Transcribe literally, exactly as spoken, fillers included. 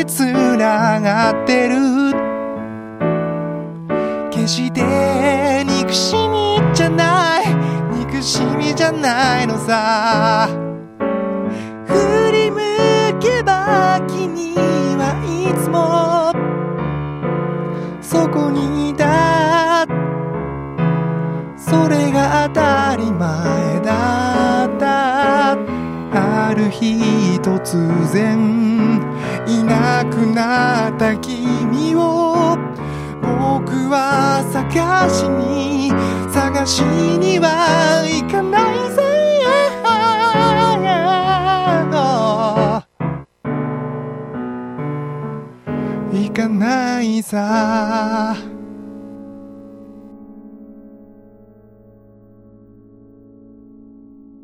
つながってる。決して憎しみじゃない、憎しみじゃないのさ。振り向けば君はいつもそこにいた。それが当たり前だった。ある日突然いなくなった君を僕は探しに探しには行かないぜ。行かないさ。